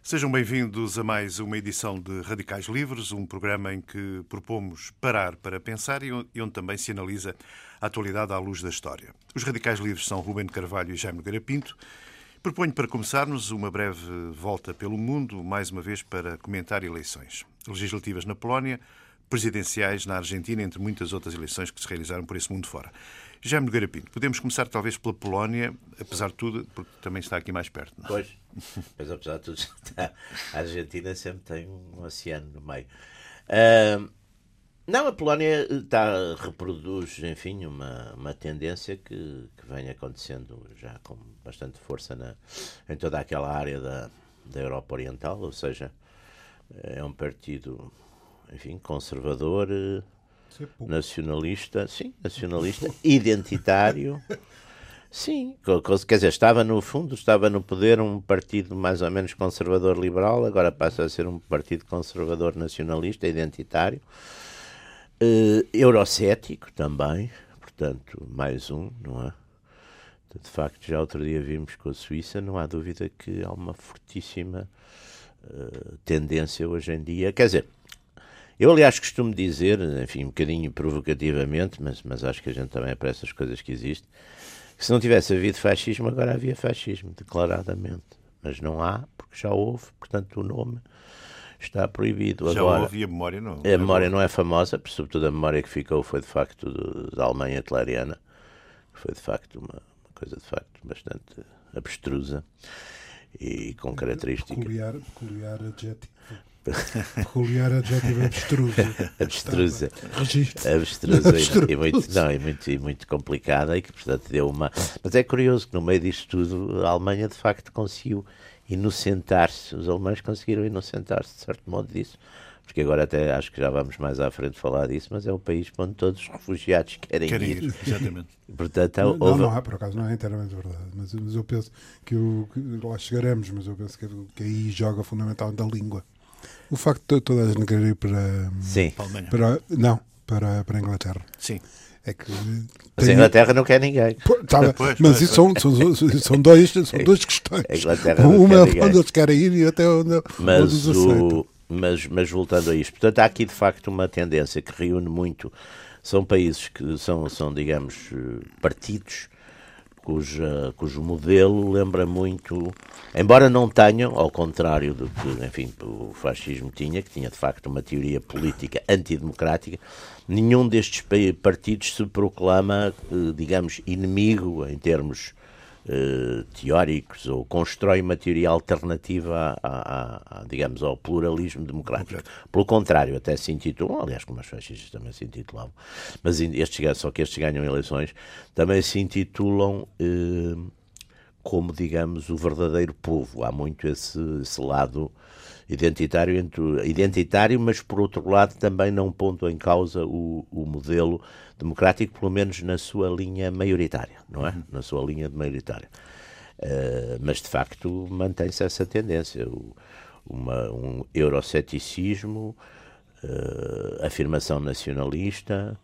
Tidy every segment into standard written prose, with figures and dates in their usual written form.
Sejam bem-vindos a mais uma edição de Radicais Livres, um programa em que propomos parar para pensar e onde também se analisa a atualidade à luz da história. Os Radicais Livres são Rúben de Carvalho e Jaime Nogueira Pinto. Proponho para começarmos uma breve volta pelo mundo, mais uma vez para comentar eleições legislativas na Polónia, presidenciais na Argentina, entre muitas outras eleições que se realizaram por esse mundo fora. Jaime Nogueira Pinto, podemos começar talvez pela Polónia, apesar de tudo, porque também está aqui mais perto. Não? Pois, mas apesar de tudo, a Argentina sempre tem um oceano no meio. Não, a Polónia reproduz, enfim, uma tendência que vem acontecendo já com bastante força em toda aquela área da Europa Oriental, ou seja, é um partido, enfim, conservador, nacionalista, identitário. Sim, quer dizer, estava no poder um partido mais ou menos conservador-liberal, agora passa a ser um partido conservador-nacionalista, identitário, eurocético também, portanto, mais um, não é? De facto, já outro dia vimos com a Suíça, não há dúvida que há uma fortíssima tendência hoje em dia, quer dizer, eu aliás costumo dizer, enfim, um bocadinho provocativamente, mas acho que a gente também é para essas coisas que existem, que se não tivesse havido fascismo, agora havia fascismo, declaradamente. Mas não há, porque já houve, portanto o nome está proibido. Já agora, houve e a memória não. A memória não é famosa, sobretudo a memória que ficou foi de facto da Alemanha hitleriana, que foi de facto uma coisa de facto bastante abstrusa e com características... Peculiar adjetivo. Peculiar adjetivo abstrusa. Abstrusa e muito complicada e que, portanto, deu uma... Mas é curioso que no meio disto tudo a Alemanha, de facto, conseguiu inocentar-se. Os alemães conseguiram inocentar-se, de certo modo, disso. Porque agora até acho que já vamos mais à frente falar disso, mas é um país onde todos os refugiados querem ir. Exatamente. Portanto, não há, por acaso, não é inteiramente verdade. Mas eu penso que lá chegaremos, mas eu penso que aí joga fundamentalmente a língua. O facto de toda a gente querer ir para a Alemanha. Para a Inglaterra. Sim. É que mas a Inglaterra não quer ninguém. Mas isso são duas questões. Uma é onde eles querem ir e até onde eles aceitam. Mas voltando a isto, portanto, há aqui de facto uma tendência que reúne muito. São países que são digamos, partidos cujo modelo lembra muito, embora não tenham, ao contrário do que, enfim, o fascismo tinha, que tinha de facto uma teoria política antidemocrática, nenhum destes partidos se proclama, digamos, inimigo em termos teóricos, ou constrói uma teoria alternativa digamos, ao pluralismo democrático. Pelo contrário, até se intitulam, aliás, como os fascistas também se intitulavam, mas só que estes ganham eleições, também se intitulam como, digamos, o verdadeiro povo. Há muito esse lado identitário, mas por outro lado também não pondo em causa o modelo democrático, pelo menos na sua linha maioritária, não é? Na sua linha de maioritária. Mas de facto mantém-se essa tendência, um euroceticismo, afirmação nacionalista,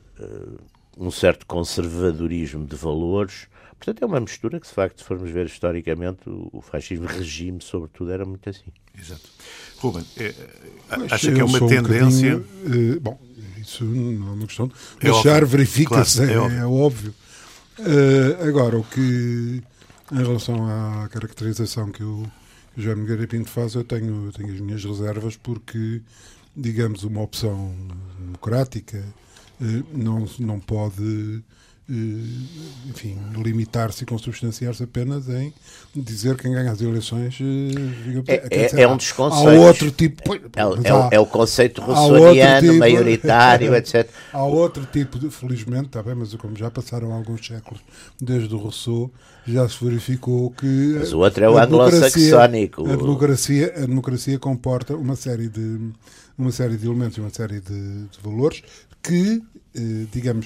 um certo conservadorismo de valores. Portanto, é uma mistura que, de facto, se formos ver historicamente, o fascismo regime, sobretudo, era muito assim. Exato. Rúben, acha que é uma tendência... bom, isso não é uma questão de deixar, verifica-se, claro, é óbvio. Agora, o que, em relação à caracterização que o Jaime Nogueira Pinto faz, eu tenho as minhas reservas, porque, digamos, uma opção democrática não pode... enfim, limitar-se e consubstanciar-se apenas em dizer quem ganha as eleições. É um dos conceitos. Há outro tipo. É o conceito rousseauiano, maioritário, etc. Há outro tipo de, felizmente, está bem, mas como já passaram alguns séculos desde o Rousseau, já se verificou que. Mas o outro é o anglo-saxónico. A democracia comporta uma série de elementos e uma série de valores que, digamos,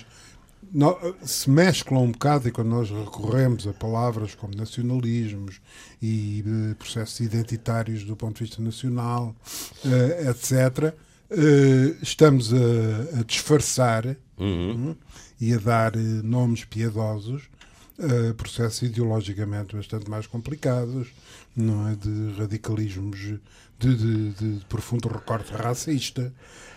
se mesclam um bocado, e quando nós recorremos a palavras como nacionalismos e processos identitários do ponto de vista nacional, etc., estamos a disfarçar e a dar nomes piedosos processos ideologicamente bastante mais complicados, não é? De radicalismos de profundo recorte racista.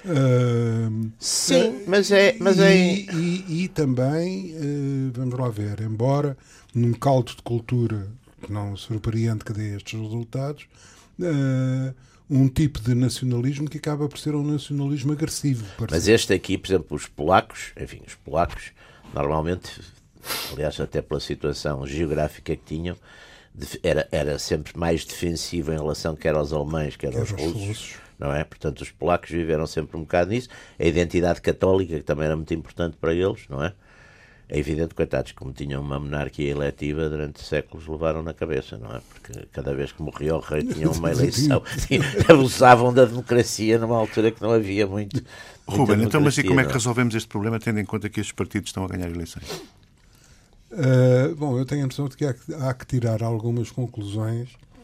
Sim, mas e também, vamos lá ver, embora num caldo de cultura que não surpreende que dê estes resultados, um tipo de nacionalismo que acaba por ser um nacionalismo agressivo. Mas este aqui, por exemplo, os polacos normalmente, aliás até pela situação geográfica que tinham, era sempre mais defensivo em relação quer aos alemães, quer aos russos, não é? Portanto, os polacos viveram sempre um bocado nisso. A identidade católica, que também era muito importante para eles, não é? É evidente, coitados, como tinham uma monarquia eletiva, durante séculos levaram na cabeça, não é? Porque cada vez que morria o rei tinham uma eleição. Abusavam da democracia numa altura que não havia muito. Ruben, então, mas e como é que resolvemos este problema, tendo em conta que estes partidos estão a ganhar eleições? Bom, eu tenho a impressão de que há que tirar algumas conclusões,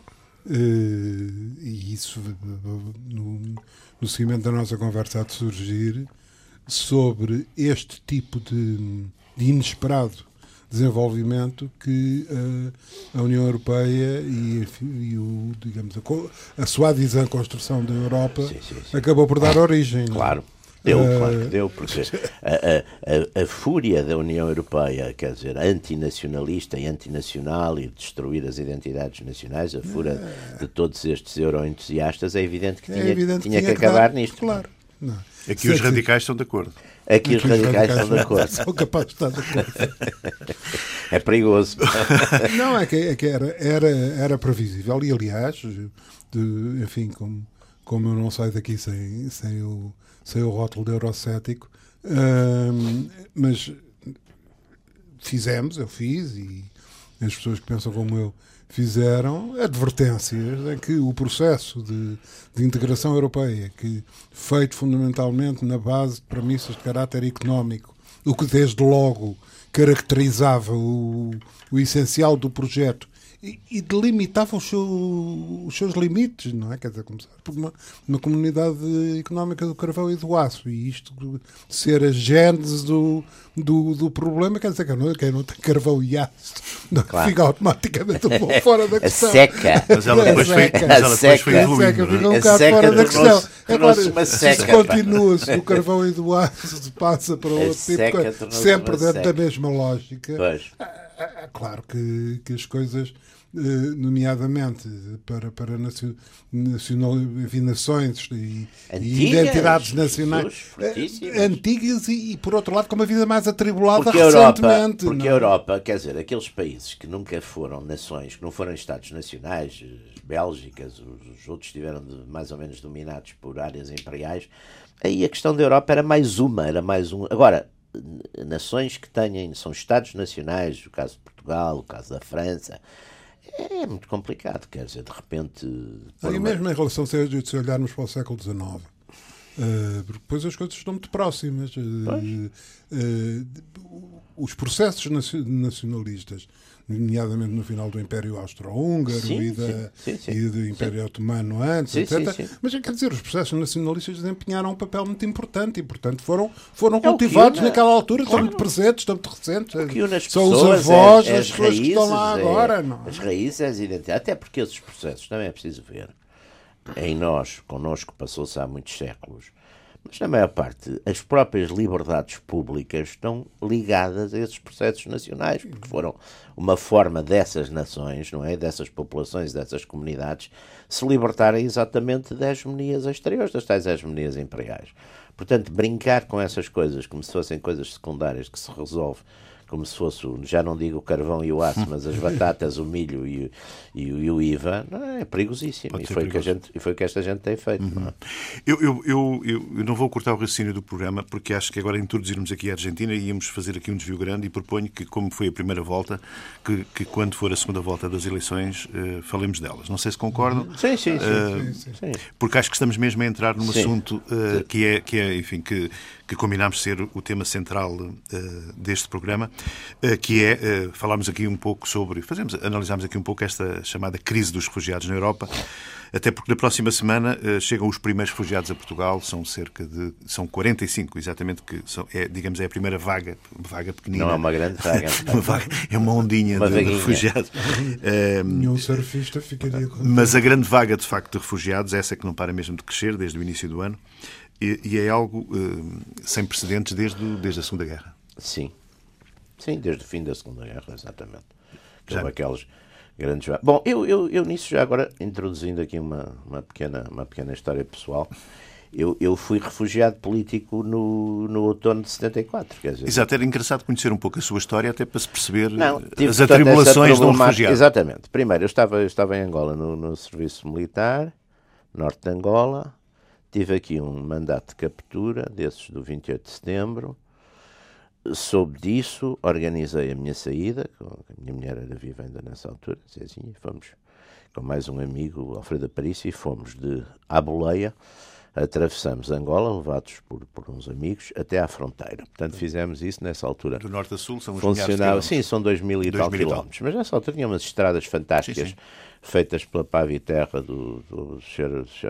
e isso no seguimento da nossa conversa há de surgir, sobre este tipo de inesperado desenvolvimento que a União Europeia digamos, a suavizante construção da Europa acabou por dar origem. Claro. Claro que deu, porque a fúria da União Europeia, quer dizer, antinacionalista e antinacional e destruir as identidades nacionais, a fúria de todos estes euro-entusiastas, é evidente que tinha que acabar nisto. Claro. Não. Aqui os radicais estão de acordo. Aqui os radicais estão de acordo. São capazes de estar de acordo. É perigoso. Não, é que era previsível. E, aliás, enfim, como eu não saio daqui sem o rótulo de eurocético, mas eu fiz, e as pessoas que pensam como eu fizeram advertências em que o processo de integração europeia, que feito fundamentalmente na base de premissas de caráter económico, o que desde logo caracterizava o essencial do projeto e delimitava os seus limites, não é? Quer dizer, começar por uma comunidade económica do carvão e do aço, e isto ser a gênese do problema, quer dizer que quem não tem carvão e aço fica automaticamente um pouco fora da questão. A seca. Mas ela depois foi evoluindo. Fica um bocado fora da questão. Se continua, se do carvão e do aço se passa para outro tipo, sempre dentro da mesma lógica. É claro que as coisas, nomeadamente para nações e identidades nacionais antigas e, por outro lado, com uma vida mais atribulada recentemente. Porque a Europa, quer dizer, aqueles países que nunca foram nações, que não foram Estados nacionais, Bélgicas, os outros estiveram mais ou menos dominados por áreas imperiais, aí a questão da Europa era mais uma. Agora, nações que são Estados nacionais, o caso de Portugal, o caso da França, é muito complicado, quer dizer, de repente... E mesmo em relação, se olharmos para o século XIX, porque depois as coisas estão muito próximas. Os processos nacionalistas, nomeadamente no final do Império Austro-Húngaro e do Império Otomano antes, etc. Mas quer dizer, os processos nacionalistas desempenharam um papel muito importante e, portanto, foram cultivados naquela altura, estão muito presentes, estão muito recentes. São os avós das pessoas que estão lá agora. As raízes, as identidades, até porque esses processos também é preciso ver. Connosco passou-se há muitos séculos, mas na maior parte as próprias liberdades públicas estão ligadas a esses processos nacionais, porque foram uma forma dessas nações, não é? Dessas populações, dessas comunidades, se libertarem exatamente das hegemonias exteriores, das tais hegemonias imperiais. Portanto, brincar com essas coisas como se fossem coisas secundárias que se resolve como se fosse, já não digo o carvão e o aço, mas as batatas, o milho e o IVA, é perigosíssimo. E foi o que esta gente tem feito. Não é? Eu não vou cortar o raciocínio do programa, porque acho que agora introduzirmos aqui a Argentina e íamos fazer aqui um desvio grande, e proponho que, como foi a primeira volta, que quando for a segunda volta das eleições, falemos delas. Não sei se concordam. Sim. Porque acho que estamos mesmo a entrar num assunto que é, enfim, que combinámos ser o tema central deste programa, que é, falámos aqui um pouco sobre, analisámos aqui um pouco esta chamada crise dos refugiados na Europa, até porque na próxima semana chegam os primeiros refugiados a Portugal, são 45, exatamente, que digamos, é a primeira vaga pequenina. Não é uma grande vaga. É uma ondinha de refugiados. Nenhum surfista ficaria com. Mas a grande vaga, de facto, de refugiados, essa que não para mesmo de crescer desde o início do ano, e é algo sem precedentes desde a Segunda Guerra. Sim, desde o fim da Segunda Guerra, exatamente. Houve aqueles grandes... Bom, eu nisso já agora, introduzindo aqui uma pequena história pessoal, eu fui refugiado político no outono de 74. Quer dizer, exato, era engraçado conhecer um pouco a sua história, até para se perceber as atribulações de um refugiado. Exatamente. Primeiro, eu estava em Angola, no serviço militar, norte de Angola. Tive aqui um mandato de captura, desses do 28 de setembro. Soube disso, organizei a minha saída, a minha mulher era viva ainda nessa altura, Zezinha, fomos com mais um amigo, Alfredo Aparício, e fomos de Aboleia, atravessamos Angola, levados por uns amigos, até à fronteira. Portanto, fizemos isso nessa altura. Do norte a sul são uns funcionava, sim, são 2.000 e tal quilómetros, mas nessa altura tinha umas estradas fantásticas, sim. Feitas pela Pava e Terra do Sr.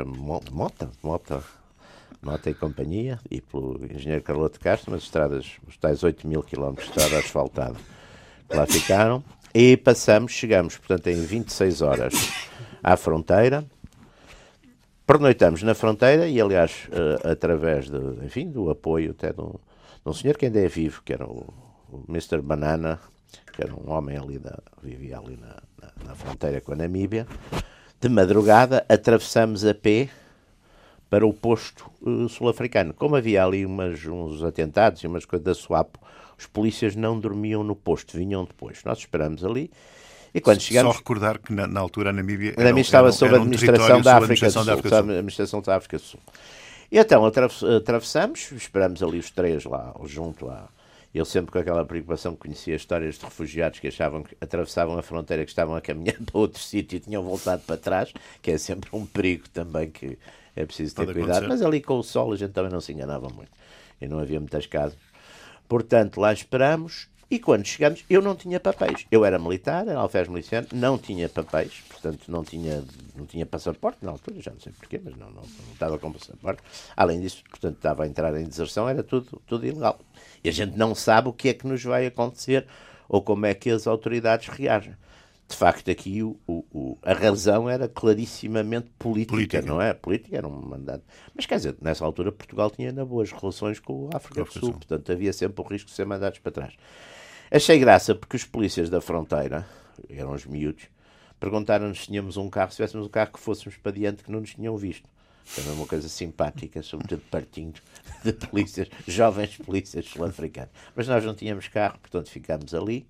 Mota e companhia, e pelo engenheiro Carloto Castro, umas estradas, os tais 8.000 quilómetros de estrada asfaltada que lá ficaram, e chegamos, portanto, em 26 horas à fronteira. Pernoitamos na fronteira e, aliás, através do apoio até de um senhor que ainda é vivo, que era o Mr. Banana, que era um homem vivia ali na fronteira com a Namíbia. De madrugada, atravessamos a pé para o posto sul-africano. Como havia ali uns atentados e umas coisas da SWAPO, os polícias não dormiam no posto, vinham depois. Nós esperamos ali. E quando chegamos... Só recordar que na altura a Namíbia estava sob a administração da África do Sul. A administração da África do Sul. E então atravessamos, esperamos ali os três lá, junto a... Eu sempre com aquela preocupação que conhecia histórias de refugiados que achavam que atravessavam a fronteira, que estavam a caminhar para outro sítio e tinham voltado para trás, que é sempre um perigo também que é preciso ter cuidado. Mas ali com o sol a gente também não se enganava muito. E não havia muitas casas. Portanto, lá esperamos. E quando chegamos, eu não tinha papéis. Eu era militar, era alferes miliciano, não tinha papéis, portanto não tinha passaporte na altura, já não sei porquê, mas não estava com passaporte. Além disso, portanto, estava a entrar em deserção, era tudo ilegal. E a gente não sabe o que é que nos vai acontecer ou como é que as autoridades reagem. De facto, aqui a razão era clarissimamente política, não é? Política era um mandato. Mas quer dizer, nessa altura Portugal tinha ainda boas relações com a África do Sul, portanto havia sempre o risco de ser mandados para trás. Achei graça porque os polícias da fronteira, eram os miúdos, perguntaram-nos se tínhamos um carro, se tivéssemos um carro que fôssemos para diante, que não nos tinham visto. Também uma coisa simpática, sobretudo partindo de polícias, jovens polícias sul-africanos. Mas nós não tínhamos carro, portanto ficámos ali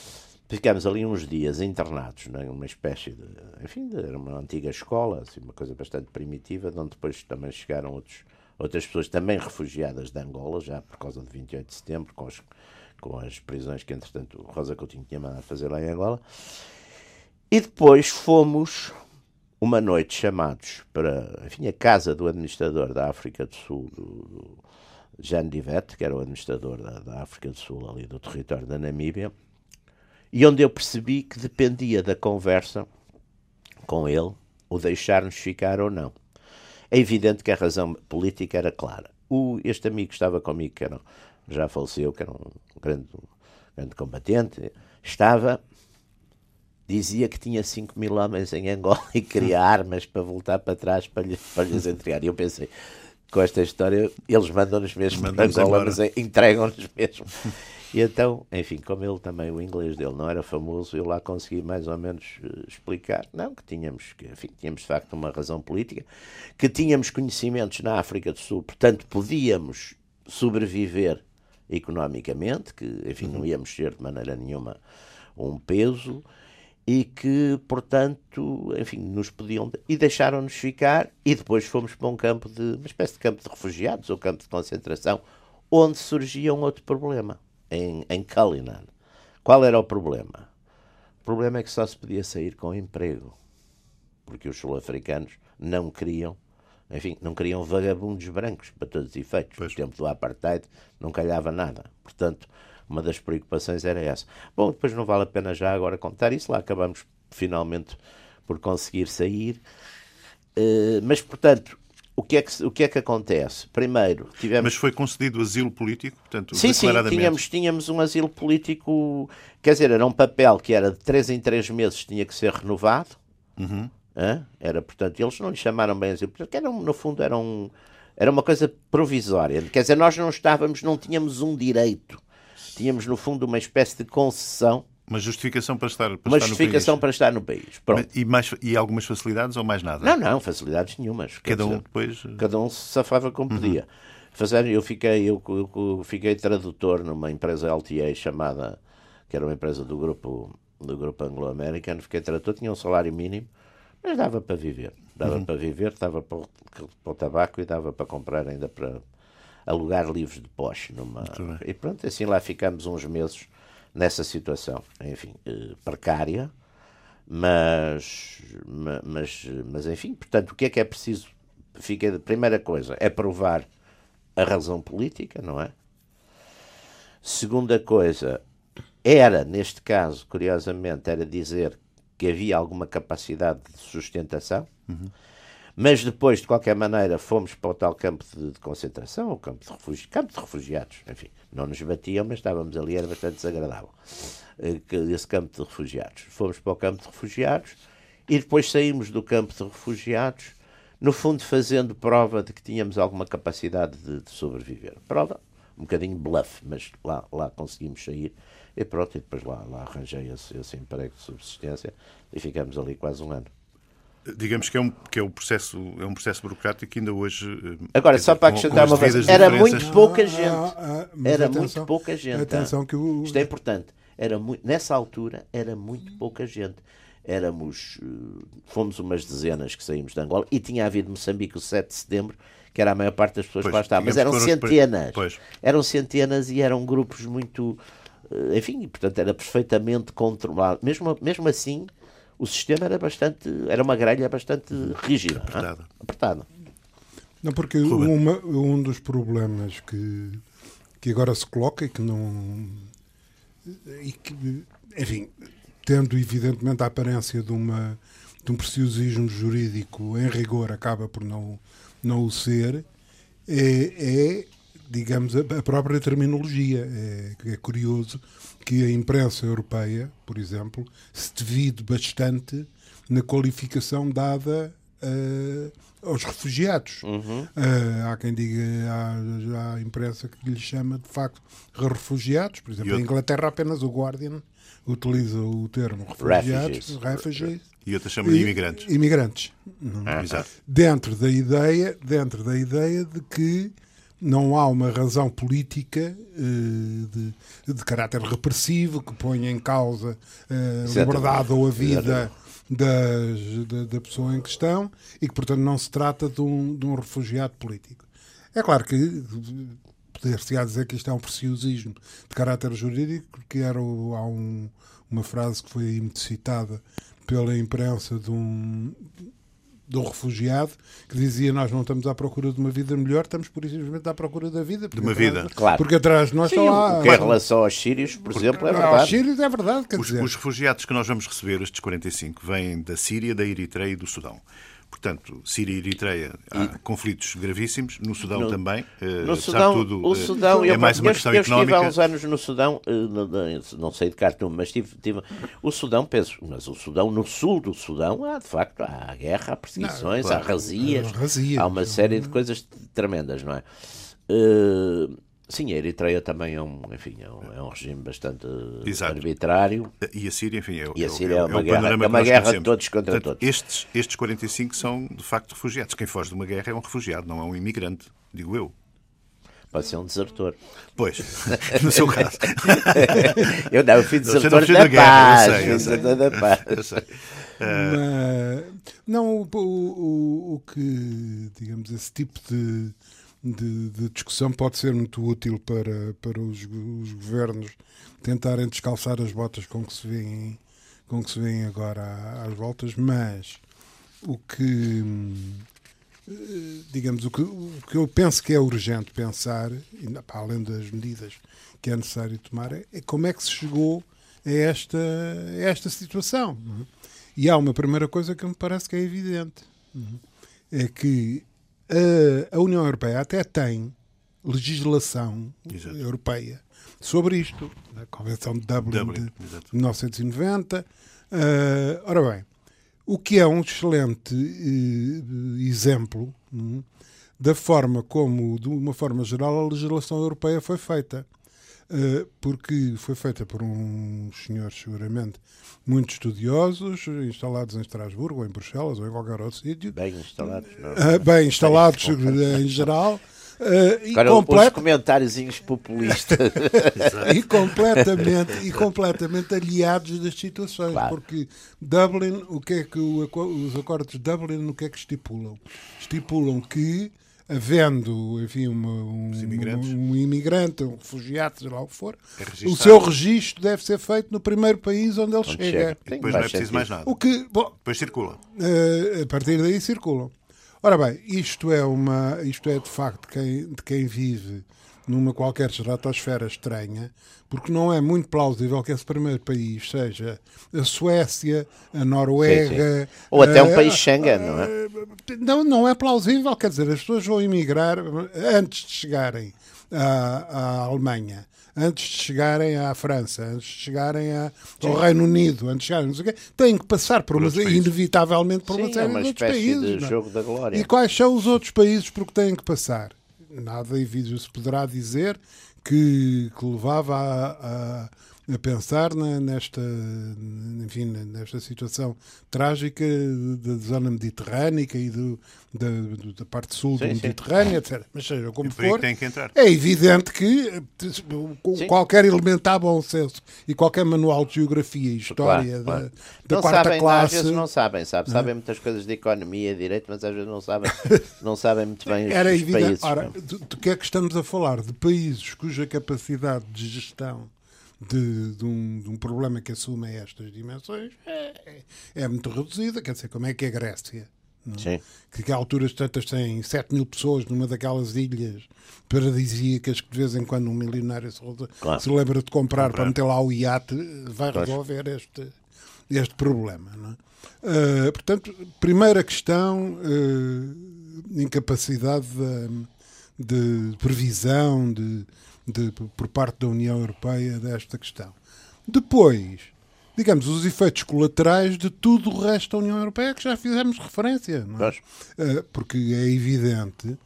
uns dias internados, numa espécie de... Enfim, era uma antiga escola, assim, uma coisa bastante primitiva, de onde depois também chegaram outras pessoas também refugiadas de Angola, já por causa de 28 de setembro, com as prisões que, entretanto, o Rosa Coutinho tinha mandado fazer lá em Angola. E depois fomos, uma noite, chamados para, enfim, a casa do administrador da África do Sul, do Jean Divette, que era o administrador da África do Sul, ali do território da Namíbia, e onde eu percebi que dependia da conversa com ele o deixar-nos ficar ou não. É evidente que a razão política era clara. Este amigo que estava comigo, já faleceu, que era um grande combatente, dizia que tinha 5.000 homens em Angola e queria armas para voltar para trás para lhes entregar. E eu pensei, com esta história, eles mandam-nos mesmo para Angola, mas entregam-nos mesmo. E então, enfim, como ele também, o inglês dele não era famoso, eu lá consegui mais ou menos explicar, que tínhamos de facto uma razão política, que tínhamos conhecimentos na África do Sul, portanto podíamos sobreviver economicamente, que, enfim, não íamos ser de maneira nenhuma um peso, e que, portanto, enfim, nos podiam... E deixaram-nos ficar, e depois fomos para uma espécie de campo de refugiados, ou campo de concentração, onde surgia um outro problema, em Cullinan. Qual era o problema? O problema é que só se podia sair com emprego, porque os sul-africanos não queriam vagabundos brancos, para todos os efeitos. No tempo do apartheid não calhava nada. Portanto, Uma das preocupações era essa. Bom, depois não vale a pena já agora contar isso, lá acabamos finalmente por conseguir sair. Mas, portanto, o que é que acontece? Primeiro, tivemos... Mas foi concedido asilo político? Portanto, sim, tínhamos um asilo político, quer dizer, era um papel que era de 3 em 3 meses, tinha que ser renovado. Uhum. Era, portanto, eles não lhe chamaram bem asilo, porque no fundo era uma coisa provisória. Quer dizer, nós não tínhamos um direito. Tínhamos, no fundo, uma espécie de concessão. Uma justificação para estar, para estar no país. Pronto. E algumas facilidades ou mais nada? Não, facilidades nenhumas. Cada um se safava como podia. Eu fiquei tradutor numa empresa LTA chamada, que era uma empresa do grupo anglo-americano. Fiquei tradutor, tinha um salário mínimo, mas dava para viver. Dava para o tabaco e dava para comprar ainda para alugar livros de poche. E pronto, assim lá ficamos uns meses nessa situação, enfim, precária, mas enfim, portanto, o que é preciso? A primeira coisa é provar a razão política, não é? Segunda coisa neste caso, curiosamente, era dizer que havia alguma capacidade de sustentação, mas depois, de qualquer maneira, fomos para o tal campo de concentração, o campo de refugiados, enfim, não nos batiam, mas estávamos ali, era bastante desagradável, esse campo de refugiados. Fomos para o campo de refugiados e depois saímos do campo de refugiados, no fundo fazendo prova de que tínhamos alguma capacidade de sobreviver. Prova, um bocadinho bluff, mas lá conseguimos sair e pronto, e depois lá arranjei esse emprego de subsistência e ficamos ali quase um ano. Digamos que é um processo burocrático que ainda hoje... Agora, só para acrescentar uma coisa, era muito pouca gente. Era muito pouca gente. Atenção que isto é importante. Nessa altura, era muito pouca gente. Fomos umas dezenas que saímos de Angola e tinha havido Moçambique o 7 de setembro, que era a maior parte das pessoas que lá estavam. Mas eram centenas. Eram centenas e eram grupos muito... Enfim, portanto, era perfeitamente controlado. Mesmo assim... O sistema era uma grelha bastante rígida, apertada. Não, porque um dos problemas que agora se coloca e que não... E que, enfim, tendo evidentemente a aparência de um preciosismo jurídico em rigor, acaba por não o ser, digamos, a própria terminologia. É curioso que a imprensa europeia, por exemplo, se divide bastante na qualificação dada aos refugiados. Há quem diga, há a imprensa que lhe chama de facto refugiados. Por exemplo, em Inglaterra apenas o Guardian utiliza o termo refugiados, refugees. E outra chama de imigrantes. Imigrantes. Exato. Dentro da ideia de que não há uma razão política de caráter repressivo que ponha em causa a liberdade ou a vida da pessoa em questão e que, portanto, não se trata de um refugiado político. É claro que poder-se-á dizer que isto é um preciosismo de caráter jurídico, porque há uma frase que foi citada pela imprensa de um refugiado que dizia: nós não estamos à procura de uma vida melhor, estamos por simplesmente à procura da vida. De uma vida. Claro. Porque atrás de nós estão lá... O que é em relação aos sírios, por exemplo, é verdade. Aos sírios é verdade. Os refugiados que nós vamos receber, estes 45, vêm da Síria, da Eritreia e do Sudão. Portanto, Síria e Eritreia, há conflitos gravíssimos. No Sudão também. No Sudão, o Sudão é mais uma questão económica. Eu estive há uns anos no Sudão, não sei de Khartoum, mas tive o Sudão, penso, mas o Sudão, no sul do Sudão, de facto, há guerra, há perseguições, há razias, há uma série de coisas tremendas, não é? Sim, a Eritreia também é um regime bastante arbitrário. E a Síria, enfim, é uma guerra de todos contra todos. Estes 45 são, de facto, refugiados. Quem foge de uma guerra é um refugiado, não é um imigrante, digo eu. Pode ser um desertor. Pois, no seu caso. Eu fui desertor da paz. Eu sei. Não, o que, digamos, esse tipo de discussão pode ser muito útil para os governos tentarem descalçar as botas com que se vêem agora às voltas, mas o que digamos, o que eu penso que é urgente pensar, para além das medidas que é necessário tomar, é como é que se chegou a esta situação. Não é? E há uma primeira coisa que me parece que é evidente. É que a União Europeia até tem legislação europeia sobre isto. A Convenção de Dublin de 1990. Ora bem, o que é um excelente exemplo da forma como, de uma forma geral, a legislação europeia foi feita. Porque foi feita por uns senhores, seguramente, muito estudiosos, instalados em Estrasburgo, ou em Bruxelas, ou em qualquer outro sítio. Bem instalados, não. Bem instalados em geral. Agora, os comentáriozinhos populistas. e completamente aliados das situações. Claro. Porque Dublin, o que é que os acordos de Dublin, o que é que estipulam? Estipulam que, havendo, enfim, um imigrante, um refugiado, seja lá o que for, o seu registro deve ser feito no primeiro país onde ele chega. E depois não é preciso mais nada. Depois circula. A partir daí circulam. Ora bem, isto é de facto de quem vive numa qualquer estratosfera estranha, porque não é muito plausível que esse primeiro país seja a Suécia, a Noruega... Sim. Ou até um país Schengen, não é? Não é plausível, quer dizer, as pessoas vão emigrar antes de chegarem à Alemanha, antes de chegarem à França, antes de chegarem ao Reino Unido, antes de chegarem, não sei o quê, têm que passar inevitavelmente por uma série de outros países. De jogo da glória. E quais são os outros países por que têm que passar? Nada em vídeo se poderá dizer que levava a pensar nesta situação trágica da zona mediterrânica e da parte sul do Mediterrâneo, etc. Mas seja como for, é evidente que qualquer elementar bom senso e qualquer manual de geografia e história da quarta classe... Às vezes não sabem, sabem muitas coisas de economia e direito, mas às vezes não sabem muito bem os países. Ora, do que é que estamos a falar? De países cuja capacidade de gestão de um problema que assume estas dimensões é muito reduzida. Quer dizer, como é que é a Grécia? Que a alturas tantas tem 7 mil pessoas numa daquelas ilhas paradisíacas que de vez em quando um milionário se lembra de comprar para meter lá o iate, vai resolver este problema. Não é? Portanto, primeira questão, incapacidade de previsão por parte da União Europeia desta questão. Depois, digamos, os efeitos colaterais de tudo o resto da União Europeia que já fizemos referência. Não é? Porque é evidente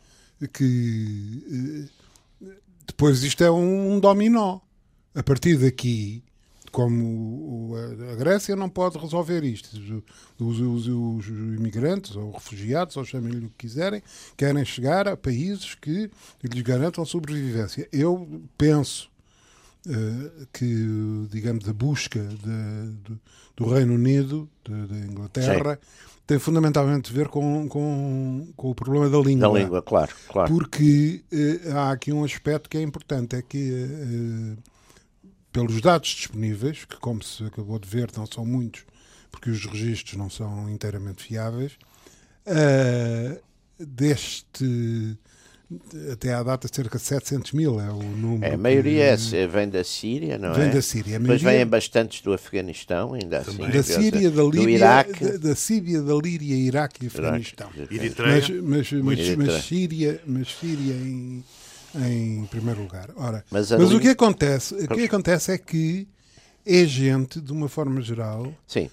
que depois isto é um dominó. A partir daqui, como a Grécia não pode resolver isto, os imigrantes ou refugiados, ou chamem-lhe o que quiserem, querem chegar a países que lhes garantam sobrevivência. Eu penso que, digamos, a busca do Reino Unido, da Inglaterra, tem fundamentalmente a ver com o problema da língua. Da língua, claro. Porque há aqui um aspecto que é importante, é que pelos dados disponíveis, que como se acabou de ver não são muitos, porque os registros não são inteiramente fiáveis, até à data cerca de 700 mil é o número. A maioria vem da Síria, não é? Vem da Síria. Mas vêm bastantes do Afeganistão, ainda assim. Da Síria, da Líbia, do Iraque. Da Síria, da Líria, Iraque e Afeganistão. Mas Síria em primeiro lugar. Ora, mas o que acontece é que é gente, de uma forma geral,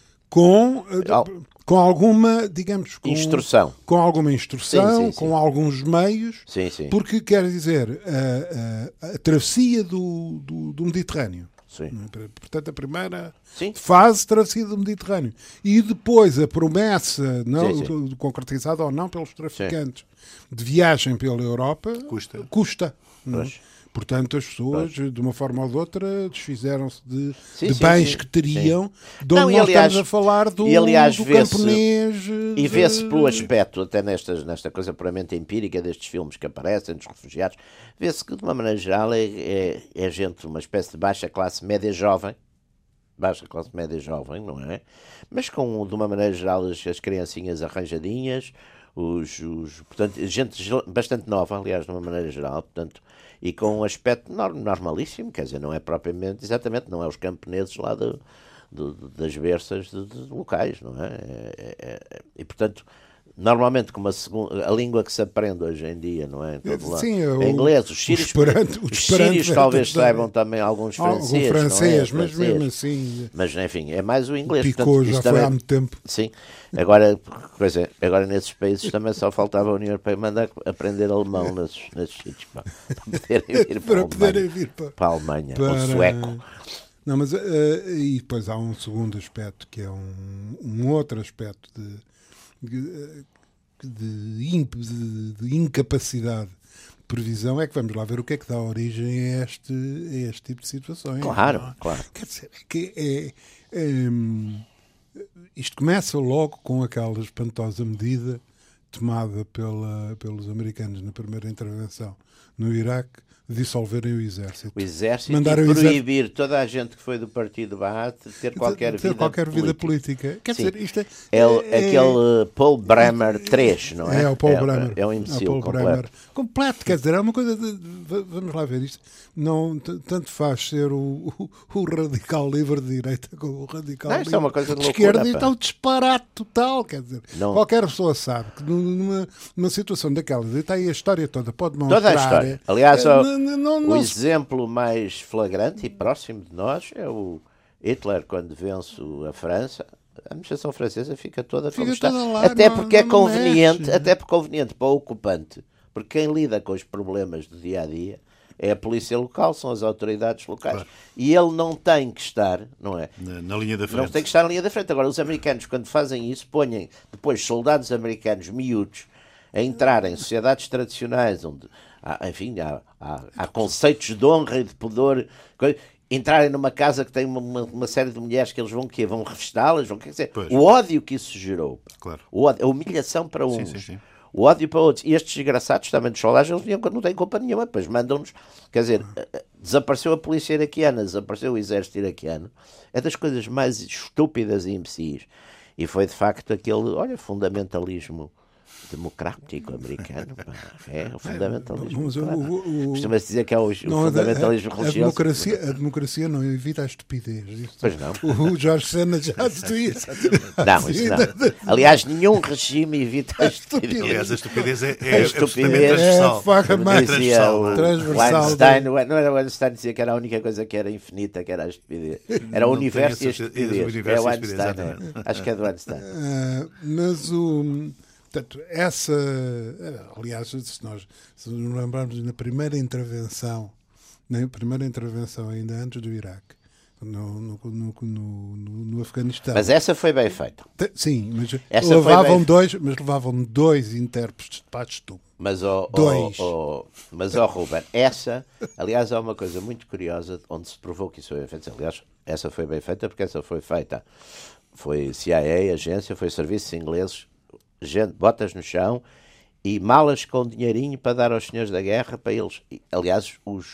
com alguma, digamos, instrução. Com alguma instrução, sim. com alguns meios, porque quer dizer, a travessia do Mediterrâneo. Portanto, a primeira fase, travessia do Mediterrâneo. E depois a promessa, concretizada ou não pelos traficantes, de viagem pela Europa, custa. Portanto, as pessoas, de uma forma ou de outra, desfizeram-se de bens que teriam, de onde nós estamos a falar do camponês. E vê-se pelo aspecto, até nesta coisa puramente empírica destes filmes que aparecem, dos refugiados, vê-se que, de uma maneira geral, é gente, uma espécie de baixa classe média jovem, não é? Mas com, de uma maneira geral, as criancinhas arranjadinhas, Portanto, gente bastante nova, aliás, de uma maneira geral, portanto, e com um aspecto normalíssimo, quer dizer, não é propriamente, exatamente, não é os camponeses lá das berças de locais, não é? E, portanto, normalmente, como a língua que se aprende hoje em dia, não é? Sim, é inglês. Os sírios talvez saibam também alguns franceses. Algum francês, mas mesmo assim. Mas, enfim, é mais o inglês. Picou, já foi há muito tempo. Sim. Agora nesses países também só faltava a União Europeia mandar aprender alemão nesses sítios para poderem vir para a Alemanha. Ou sueco. Não, mas e depois há um segundo aspecto, que é um outro aspecto de incapacidade de previsão, é que vamos lá ver o que é que dá origem a este tipo de situações. Claro, claro. Quer dizer, isto começa logo com aquela espantosa medida tomada pelos americanos na primeira intervenção no Iraque, de dissolverem o exército. O exército e proibir toda a gente que foi do partido Baath de ter qualquer vida política. Quer dizer, isto aquele Paul Bremer 3, não é? É o Paul Bremer. É um imbecil completo. Completo, quer dizer, é uma coisa vamos lá ver isto. Não, tanto faz ser o radical livre de direita como o radical livre é uma coisa de esquerda, então disparate total, quer dizer. Qualquer pessoa sabe que numa situação daquelas, e está aí a história toda, pode mostrar. Toda a história. Aliás, o exemplo mais flagrante e próximo de nós é o Hitler, quando vence a França. A administração francesa fica toda lá, até porque é conveniente, até porque é conveniente para o ocupante, porque quem lida com os problemas do dia a dia é a polícia local, são as autoridades locais. Claro. E ele não tem que estar, não é? Na linha da frente. Não tem que estar na linha da frente. Agora, os americanos, quando fazem isso, põem depois soldados americanos miúdos a entrar em sociedades tradicionais onde há conceitos de honra e de pudor, entrarem numa casa que tem uma série de mulheres que eles vão revestá-las, quer dizer, o ódio que isso gerou, claro. A humilhação para uns, sim. O ódio para outros. E estes desgraçados também dos soldados, eles não têm culpa nenhuma, depois mandam-nos, quer dizer, desapareceu a polícia iraquiana, desapareceu o exército iraquiano, é das coisas mais estúpidas e imbecis. E foi de facto aquele, fundamentalismo democrático americano, o fundamentalismo. Costuma-se dizer que é o fundamentalismo religioso. A democracia não evita a estupidez. Pois não. O Jorge Sena já disse. Não, isso não. Aliás, nenhum regime evita a estupidez. Aliás, a estupidez é transversal. Transversal. Einstein, não era o Einstein que dizia que era a única coisa que era infinita, que era a estupidez. Era o universo e a estupidez. É o Einstein. Acho que é do Einstein. Mas portanto, aliás, se nos lembrarmos na primeira intervenção ainda antes do Iraque, no Afeganistão. Mas essa foi bem feita. Sim, mas levavam dois intérpretes de Pashtun. Mas, Ruben, aliás, há uma coisa muito curiosa onde se provou que isso foi bem feito. Aliás, essa foi bem feita porque essa foi feita. Foi CIA, agência, foi serviços ingleses, gente, botas no chão e malas com dinheirinho para dar aos senhores da guerra para eles. Aliás,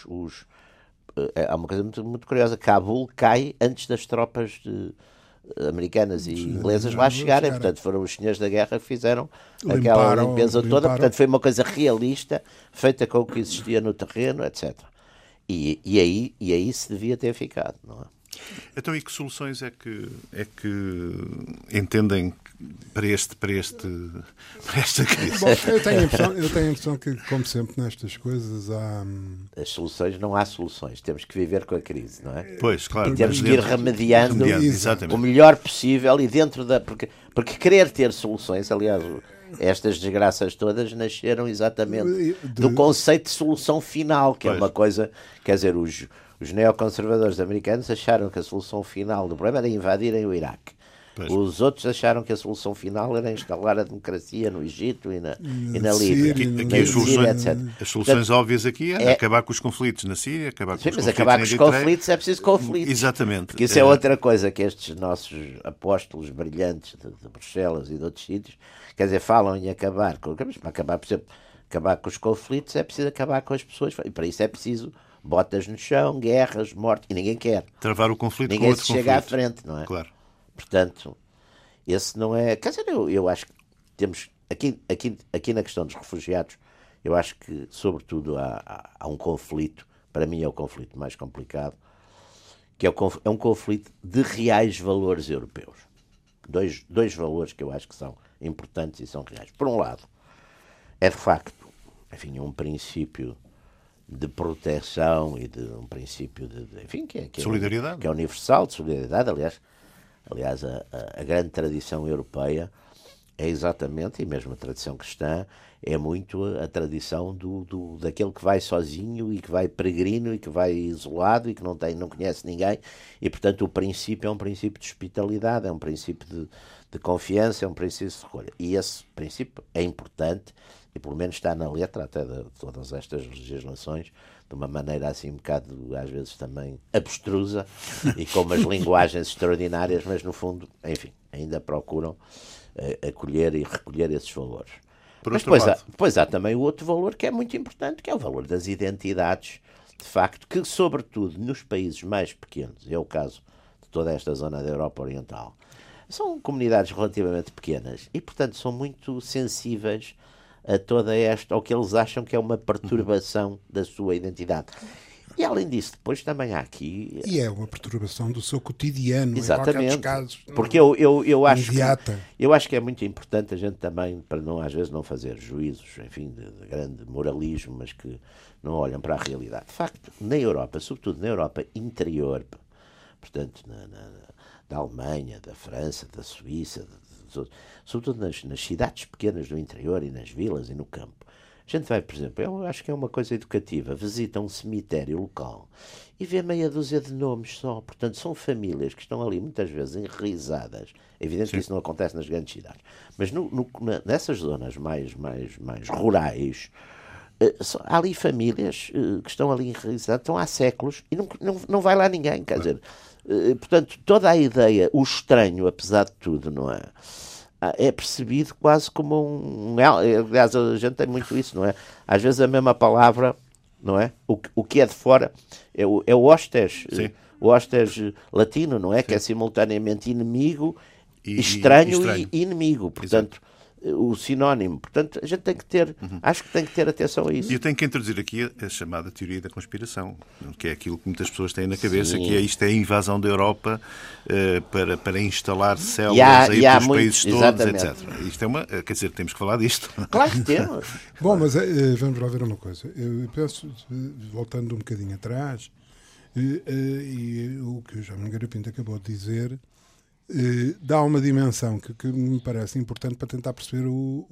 há uma coisa muito, muito curiosa. Cabul cai antes das tropas americanas e inglesas lá chegarem. Portanto, foram os senhores da guerra que fizeram aquela limpeza toda. Portanto, foi uma coisa realista, feita com o que existia no terreno, etc. E aí se devia ter ficado, não é? Então, e que soluções é que entendem para esta crise? Bom, eu tenho a impressão que, como sempre nestas coisas, há... As soluções, não há soluções. Temos que viver com a crise, não é? Pois, claro. E temos que ir remediando o melhor possível e dentro da... Porque querer ter soluções, aliás, estas desgraças todas nasceram exatamente do conceito de solução final, que é uma coisa... Quer dizer, os neoconservadores americanos acharam que a solução final do problema era invadirem o Iraque. Pois. Os outros acharam que a solução final era instalar a democracia no Egito e na Líbia. As soluções óbvias aqui é acabar com os conflitos na Síria, acabar com os conflitos. Mas acabar com os conflitos é preciso conflitos. Exatamente. Porque isso é outra coisa que estes nossos apóstolos brilhantes de Bruxelas e de outros sítios, quer dizer, falam em acabar com... Mas para acabar, por exemplo, acabar com os conflitos é preciso acabar com as pessoas. E para isso é preciso botas no chão, guerras, morte, e ninguém quer. Travar o conflito com outro conflito. Ninguém se chega à frente, não é? Claro. Portanto, esse não é... Quer dizer, eu acho que temos... aqui na questão dos refugiados, eu acho que, sobretudo, há um conflito, para mim é o conflito mais complicado, que é um conflito de reais valores europeus. Dois valores que eu acho que são importantes e são reais. Por um lado, é de facto, enfim, um princípio de proteção e de um princípio enfim, que solidariedade. Que é universal, de solidariedade. Aliás, a grande tradição europeia é exatamente, e mesmo a tradição cristã, é muito a tradição daquele que vai sozinho e que vai peregrino e que vai isolado e que não conhece ninguém, e portanto o princípio é um princípio de hospitalidade, é um princípio de confiança, é um princípio de recolha. E esse princípio é importante e pelo menos está na letra até de todas estas legislações, de uma maneira assim um bocado, às vezes também abstrusa e com umas linguagens extraordinárias, mas no fundo, enfim, ainda procuram acolher e recolher esses valores. Mas depois há também o outro valor que é muito importante, que é o valor das identidades, de facto, que sobretudo nos países mais pequenos, é o caso de toda esta zona da Europa Oriental, são comunidades relativamente pequenas e, portanto, são muito sensíveis a toda esta, ao que eles acham que é uma perturbação da sua identidade. E além disso, depois também há aqui... E é uma perturbação do seu cotidiano, exatamente, em qualquer dos casos. Porque eu acho que é muito importante a gente também, para não, às vezes, não fazer juízos, enfim, de grande moralismo, mas que não olham para a realidade. De facto, na Europa, sobretudo na Europa interior, portanto, da Alemanha, da França, da Suíça, sobretudo nas cidades pequenas do interior e nas vilas e no campo, a gente vai, por exemplo, eu acho que é uma coisa educativa, visita um cemitério local e vê meia dúzia de nomes só. Portanto, são famílias que estão ali muitas vezes enraizadas. É evidente Sim. que isso não acontece nas grandes cidades. Mas nessas zonas mais rurais, há ali famílias que estão ali enraizadas, estão há séculos e não vai lá ninguém. Quer dizer, portanto, toda a ideia, o estranho, apesar de tudo, não é? É percebido quase como aliás, a gente tem muito isso, não é? Às vezes a mesma palavra, não é? O que é de fora é o hostes, o hostes latino, não é? Sim. Que é simultaneamente inimigo, estranho e inimigo. Portanto, exato. O sinónimo. Portanto, a gente tem que ter, acho que tem que ter atenção a isso. E eu tenho que introduzir aqui a chamada teoria da conspiração, que é aquilo que muitas pessoas têm na cabeça, Sim. que isto é a invasão da Europa para instalar células aí pelos países todos, exatamente. Etc. Isto é uma, quer dizer, temos que falar disto. Claro que temos. Bom, mas vamos lá ver uma coisa. Eu penso, voltando um bocadinho atrás, e o que o João Nogueira Pinto acabou de dizer, dá uma dimensão que me parece importante para tentar perceber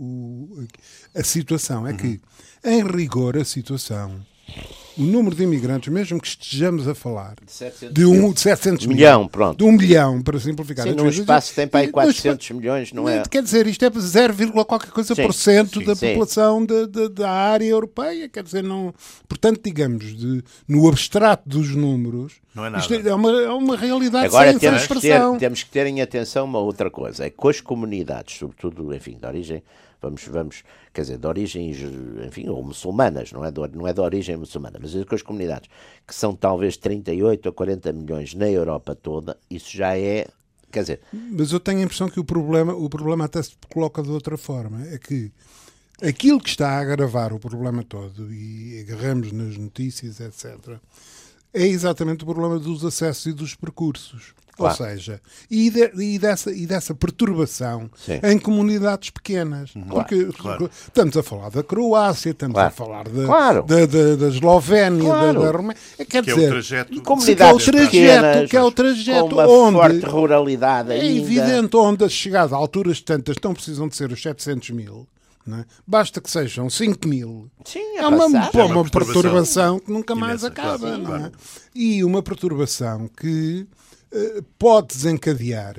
a situação. É que, em rigor, a situação, o número de imigrantes, mesmo que estejamos a falar de 700 milhão, pronto. De 1 bilhão, para simplificar. Sim, num espaço que tem para aí 400 milhões, não é? Quer dizer, isto é 0, qualquer coisa por cento da população da área europeia. Quer dizer, não... Portanto, digamos, no abstrato dos números, não é nada. Isto é uma realidade. Agora temos que ter em atenção uma outra coisa, é que as comunidades, sobretudo, enfim, de origem, vamos, quer dizer, de origem, enfim, ou muçulmanas, não é de origem muçulmana, mas com as comunidades que são talvez 38 a 40 milhões na Europa toda, isso já é, quer dizer... Mas eu tenho a impressão que o problema até se coloca de outra forma, é que aquilo que está a agravar o problema todo, e agarramos nas notícias, etc., é exatamente o problema dos acessos e dos percursos. Claro. Ou seja, e dessa perturbação Sim. em comunidades pequenas. Porque estamos a falar da Croácia, estamos a falar da Eslovénia, da Roménia. Quer dizer, é o trajeto, comunidades pequenas, que é o trajeto com uma onde forte ruralidade ainda. É evidente onde as chegadas a alturas tantas não precisam de ser os 700 mil. Não é? Basta que sejam 5 mil. Sim, é uma perturbação que nunca mais acaba. Claro, não é? E uma perturbação que pode desencadear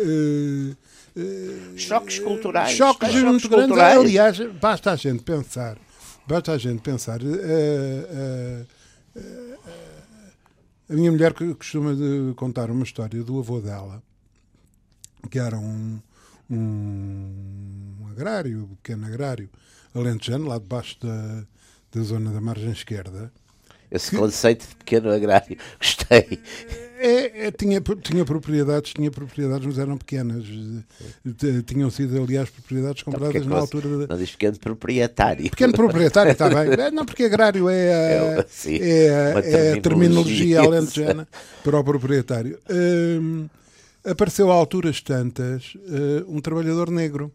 choques culturais. Choques muito grandes. Aliás, basta a gente pensar. A minha mulher costuma contar uma história do avô dela, que era um pequeno agrário alentejano, lá debaixo da zona da margem esquerda. Esse conceito de pequeno agrário, gostei. Tinha propriedades, mas eram pequenas. Tinham sido, aliás, propriedades compradas então, na altura... Não diz pequeno proprietário. Pequeno proprietário, está bem. Não, porque agrário é a terminologia alentejana para o proprietário. Apareceu a alturas tantas um trabalhador negro.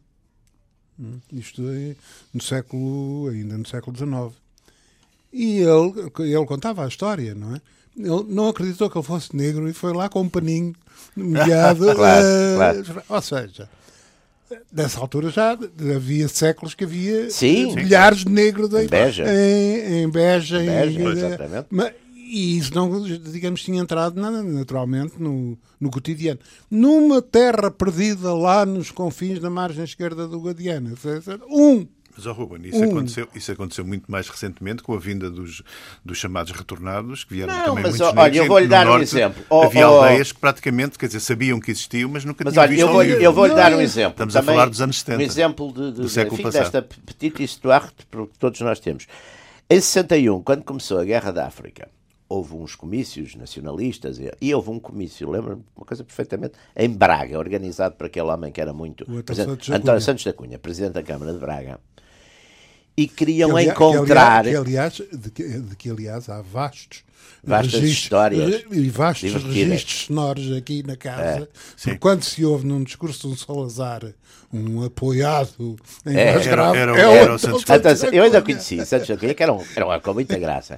Isto é ainda no século XIX. E ele contava a história, não é? Ele não acreditou que ele fosse negro e foi lá com um paninho molhado. Claro. Ou seja, nessa altura já havia séculos que havia milhares de negros em Beja. Em Beja, exatamente. E isso não, digamos, tinha entrado naturalmente no cotidiano. Numa terra perdida lá nos confins da margem esquerda do Guadiana. Mas, Ruben, isso aconteceu muito mais recentemente com a vinda dos chamados retornados, que vieram também muitos negros. Olha, eu vou-lhe dar um exemplo. Havia aldeias que praticamente, quer dizer, sabiam que existiam, mas nunca tinham visto ao vivo. Eu vou-lhe dar um exemplo. Estamos a falar dos anos 70. Um exemplo do século passado. Desta petite histoire que todos nós temos. Em 61, quando começou a Guerra da África, houve uns comícios nacionalistas e houve um comício, lembro-me uma coisa perfeitamente, em Braga, organizado por aquele homem que era muito... António Santos da Cunha, presidente da Câmara de Braga. E queriam encontrar... De que, aliás, há vastas histórias e vastos registros sonoros aqui na casa. Porque quando se ouve num discurso de um Salazar, um apoiado em voz grave... Era o Santos da Cunha. Eu ainda conheci Santos da Cunha, que era um com muita graça.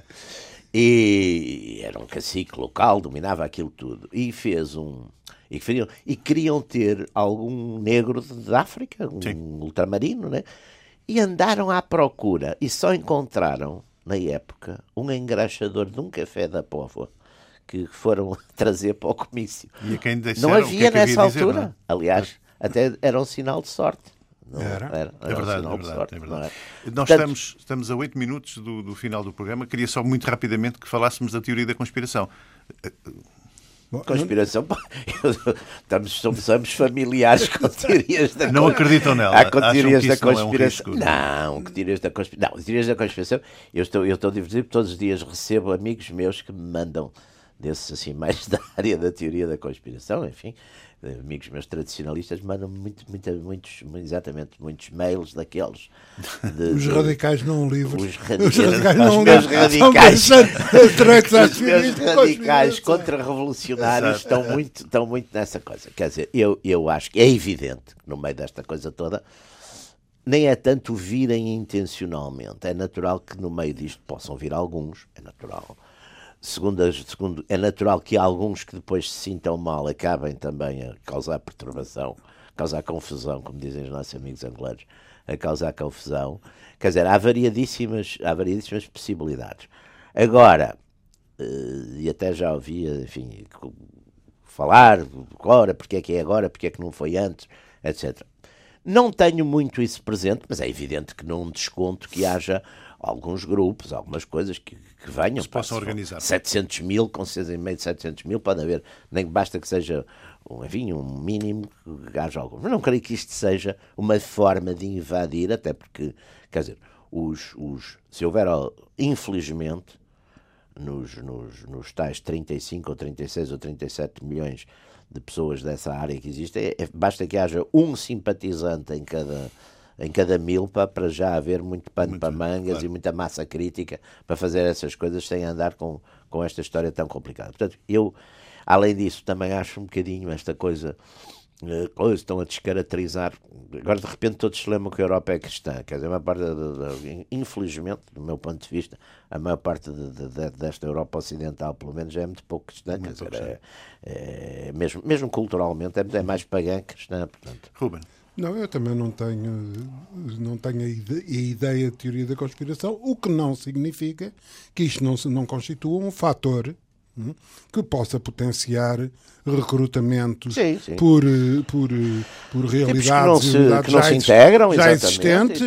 E era um cacique local, dominava aquilo tudo. E queriam ter algum negro de África, ultramarino, né? E andaram à procura e só encontraram, na época, um engraxador de um café da Póvoa que foram trazer para o comício. E a quem disseram, não havia nessa altura. Dizer, não? Aliás, até era um sinal de sorte. Era verdade. Nós Portanto, estamos a 8 minutos do final do programa. Queria só muito rapidamente que falássemos da teoria da conspiração. Conspiração, somos familiares com teorias da conspiração. Não acreditam nela? Há com teorias da conspiração. Não, teorias da conspiração. Não, teorias da conspiração. Eu estou divertido, todos os dias recebo amigos meus que me mandam desses assim mais da área da teoria da conspiração, enfim, amigos meus tradicionalistas mandam-me muitos mails daqueles. Os radicais não livres. Os meus radicais contra-revolucionários estão muito nessa coisa. Quer dizer, eu acho que é evidente que no meio desta coisa toda nem é tanto virem intencionalmente. É natural que no meio disto possam vir alguns, é natural. Segundo, é natural que alguns que depois se sintam mal acabem também a causar perturbação, causar confusão, como dizem os nossos amigos angolanos, a causar confusão. Quer dizer, há variadíssimas possibilidades. Agora, e até já ouvi, enfim, falar agora, porque é agora, porque é que não foi antes, etc. Não tenho muito isso presente, mas é evidente que não desconto que haja alguns grupos, algumas coisas que venham. Se possam organizar. 700 mil, com certeza em meio de 700 mil, pode haver, nem basta que seja, enfim, um mínimo que haja alguns. Mas não creio que isto seja uma forma de invadir, até porque, quer dizer, se houver, infelizmente, nos tais 35 ou 36 ou 37 milhões de pessoas dessa área que existem, basta que haja um simpatizante em cada mil para já haver muito pano para mangas, claro, e muita massa crítica para fazer essas coisas sem andar com esta história tão complicada. Portanto, eu, além disso, também acho um bocadinho esta coisa, estão a descaracterizar. Agora, de repente, todos se lembram que a Europa é cristã. Quer dizer, infelizmente, do meu ponto de vista, a maior parte desta Europa ocidental, pelo menos, é muito pouco cristã. Quer dizer, mesmo culturalmente, é mais pagã que cristã. Portanto. Ruben. Não, eu também não tenho a ideia de teoria da conspiração, o que não significa que isto não constitua um fator que possa potenciar recrutamentos por realidades que não se integram, já existentes,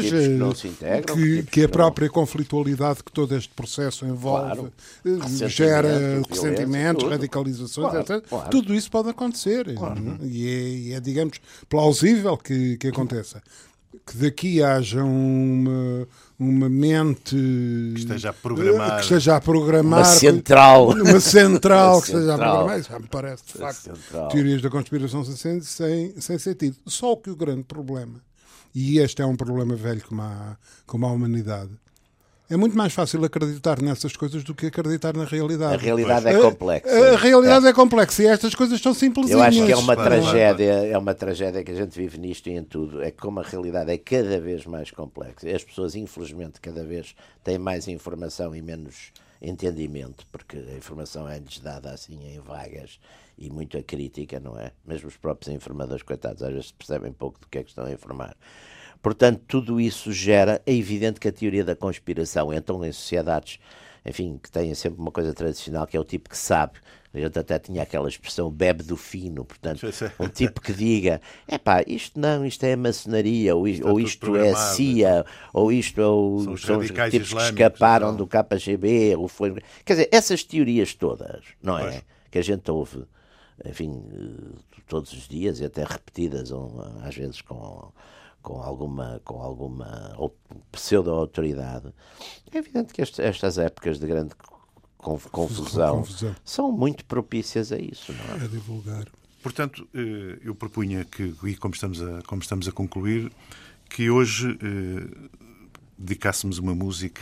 que a própria conflitualidade que todo este processo envolve, claro, gera ressentimentos, radicalizações, claro, etc. Claro. Tudo isso pode acontecer, claro, e é, digamos, plausível que aconteça. Que daqui haja uma mente que esteja a programar, uma central que esteja a programar. Isso já me parece, de facto, teorias da conspiração sem sentido. Só que o grande problema, e este é um problema velho como a humanidade, é muito mais fácil acreditar nessas coisas do que acreditar na realidade. A realidade é complexa. A realidade é complexa e estas coisas são simplesinhas. Eu acho que é uma tragédia que a gente vive nisto e em tudo. É como a realidade é cada vez mais complexa. As pessoas, infelizmente, cada vez têm mais informação e menos entendimento, porque a informação é-lhes dada assim em vagas e muito acrítica, não é? Mesmo os próprios informadores, coitados, às vezes percebem pouco do que é que estão a informar. Portanto, tudo isso gera, é evidente que a teoria da conspiração, então em sociedades, enfim, que têm sempre uma coisa tradicional, que é o tipo que sabe, a gente até tinha aquela expressão, bebe do fino, portanto, um tipo que diga, isto é maçonaria, ou isto é CIA, ou isto são os tipos que escaparam do KGB, ou foi... Quer dizer, essas teorias todas, não é? Que a gente ouve, enfim, todos os dias, e até repetidas, às vezes com alguma pseudo-autoridade. É evidente que estas épocas de grande confusão são muito propícias a isso, não é? A divulgar. Portanto, eu propunha que, e como estamos a concluir, que hoje dedicássemos uma música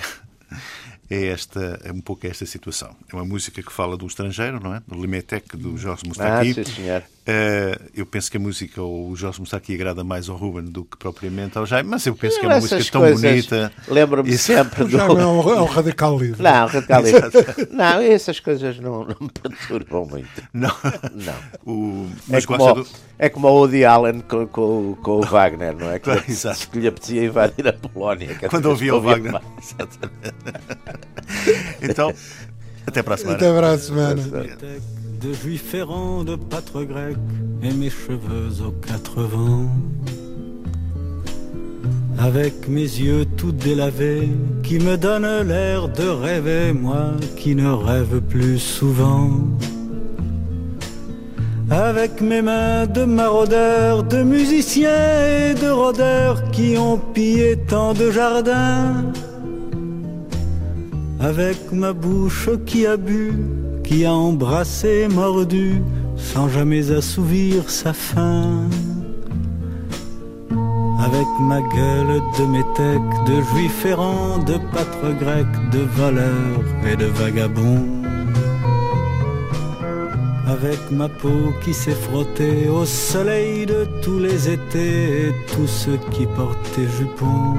é um pouco esta situação. É uma música que fala do estrangeiro, não é? Do Limetec, do Jorge Moustaki. Sim, senhor. Eu penso que a música, o Jorge Moustaki, agrada mais ao Ruben do que propriamente ao Jaime, mas eu penso que é uma música tão bonita. Lembro-me sempre do... O Jaime é um radical livre. Não, radical livre. Não, essas coisas não me perturbam muito. Não. Mas é como o Woody Allen com o Wagner, não é? Que lhe apetecia invadir a Polónia. Quando ouvia o Wagner. Então, até para a semana. Até para a semana. De juif errant, de pâtre grec, et mes cheveux aux 4 vents. Avec mes yeux tout délavés, qui me donnent l'air de rêver, moi qui ne rêve plus souvent. Avec mes mains de maraudeurs, de musiciens et de rôdeurs, qui ont pillé tant de jardins. Avec ma bouche qui a bu, qui a embrassé, mordu, sans jamais assouvir sa faim. Avec ma gueule de métèque, de juif errant, de pâtre grec, de voleur et de vagabond. Avec ma peau qui s'est frottée au soleil de tous les étés et tous ceux qui portaient jupons.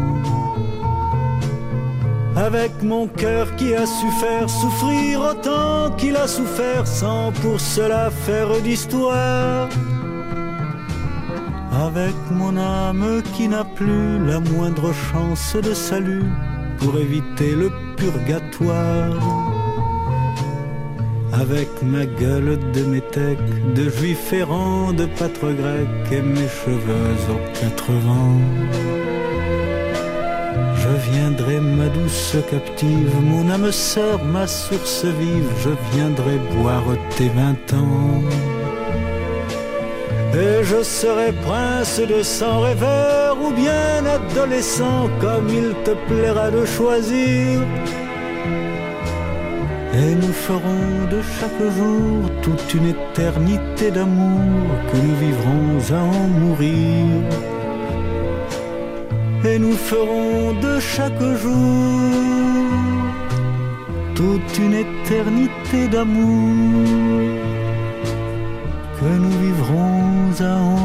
Avec mon cœur qui a su faire souffrir autant qu'il a souffert sans pour cela faire d'histoire. Avec mon âme qui n'a plus la moindre chance de salut pour éviter le purgatoire. Avec ma gueule de métèque, de juif errant, de pâtre grec et mes cheveux aux 4 vents. Je viendrai, ma douce captive, mon âme sœur, ma source vive, je viendrai boire tes 20 ans. Et je serai prince de sang rêveur ou bien adolescent, comme il te plaira de choisir. Et nous ferons de chaque jour toute une éternité d'amour que nous vivrons à en mourir. Et nous ferons de chaque jour toute une éternité d'amour que nous vivrons à en